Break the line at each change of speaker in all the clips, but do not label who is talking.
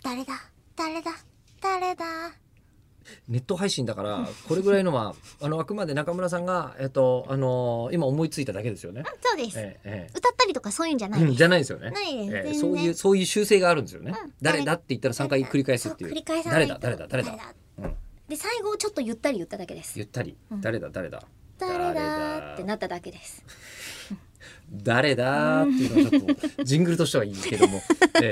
誰だ誰だ誰だ。
ネット配信だからこれぐらいのはあくまで中村さんが今思いついただけですよね。
そうです、歌ったりとかそういうんじゃないです、
じゃないですよね。
ないです、
そういう習性があるんですよね。誰だって言ったら3回繰り返すっていう。
繰り返さないと
誰だ
で最後ちょっとゆったり言っただけです。
ゆったり、誰だ
誰だってなっただけです。
誰だっていうのはちょっとジングルとしてはいいけども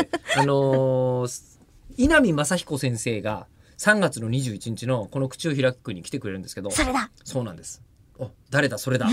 稲見正彦先生が3月の21日のこの口を開くに来てくれるんですけど、
それだ、
そうなんです。誰だそれだ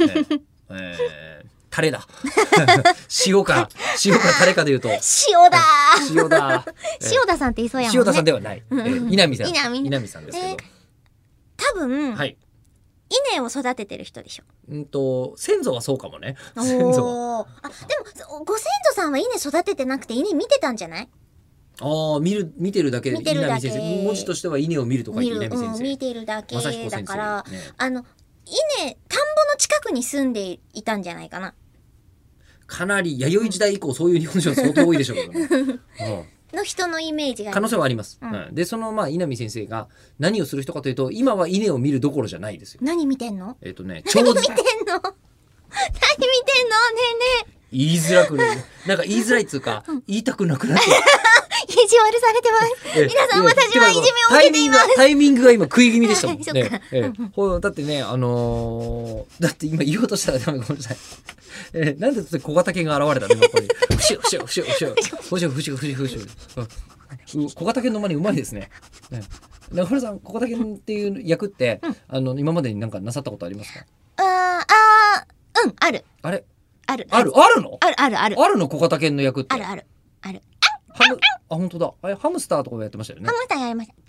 タレだ塩かタレかで言うと塩だ
塩田さんって言いそうやもんね。
塩田さんではない、稲見さんですけど、
多分、
はい、
稲を育ててる人でしょ。
先祖はそうかもね。
でもご先祖さんは稲育ててなくて稲見てたんじゃない？
見てるだけで稲見先生、文字としては稲を見るとか稲見先生、
見てるだけだから、
ね、
田んぼの近くに住んでいたんじゃないかな。
かなり弥生時代以降そういう日本人は相当多いでしょうけどね
の人のイメージが
可能性はあります、でその稲見先生が何をする人かというと、今は稲を見るどころじゃないですよ。
何見てんの？
何見てんの？ね
えね
言いづらくなんか言いづらいっつうか、言いたくなくなって
意地悪されてます。皆さん、私はいじめを受けています。
タイミングが今食い気味でしたもんね。だってね、だって今言おうとしたらダメ、ごめんなさい。なんで小型犬が現れたのここに。ふしゅ小型犬の真似うまいですね。中村さん、小型犬っていう役って今までになんかなさったことありますか？
ある。
あれ？
ある
の？
ある
の小型犬の役って。
ある。
本当だ。ハムスターとかもやってましたよね。
ハムスターやりました。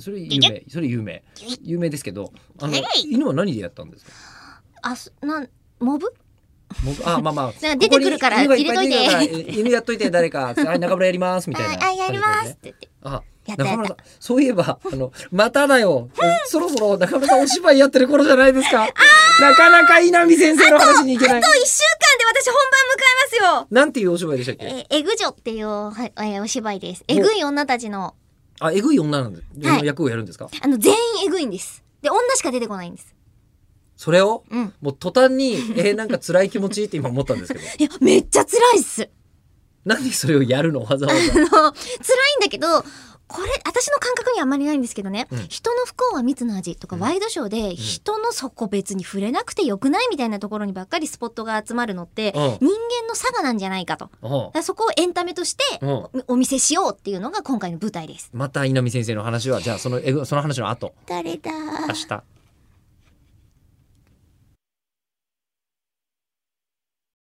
それ有名ですけど、犬は何でやったんですか？
モブ？
まあ
出てくるから入れとい
て。犬やっといて誰か、中村やりますみたいな。
やりますって言って。
中村さん、そういえばまただよ。そろそろ中村さんお芝居やってる頃じゃないですか。なかなか稲見先生の話に行けない。
あと1週間で私本番迎えますよ。
なんていうお芝居でしたっけ？
エグ女っていうお芝居です。えぐい女たちの。
えぐい女なんで役をやるんですか？
全員えぐいんです。で、女しか出てこないんです。
それをもう途端になんか辛い気持ちいいって今思ったんですけど。
いや、めっちゃ辛いっす。
なんでそれをやるの？わざわざ。
辛いんだけど、これ私の感覚にはあんまりないんですけどね、人の不幸は蜜の味とかワイドショーで人の底別に触れなくてよくないみたいなところにばっかりスポットが集まるのって人間の差がなんじゃないかと。そこをエンタメとしてお見せしようっていうのが今回の舞台です。
また稲見先生の話はじゃあその話の後。
誰だ？
明日。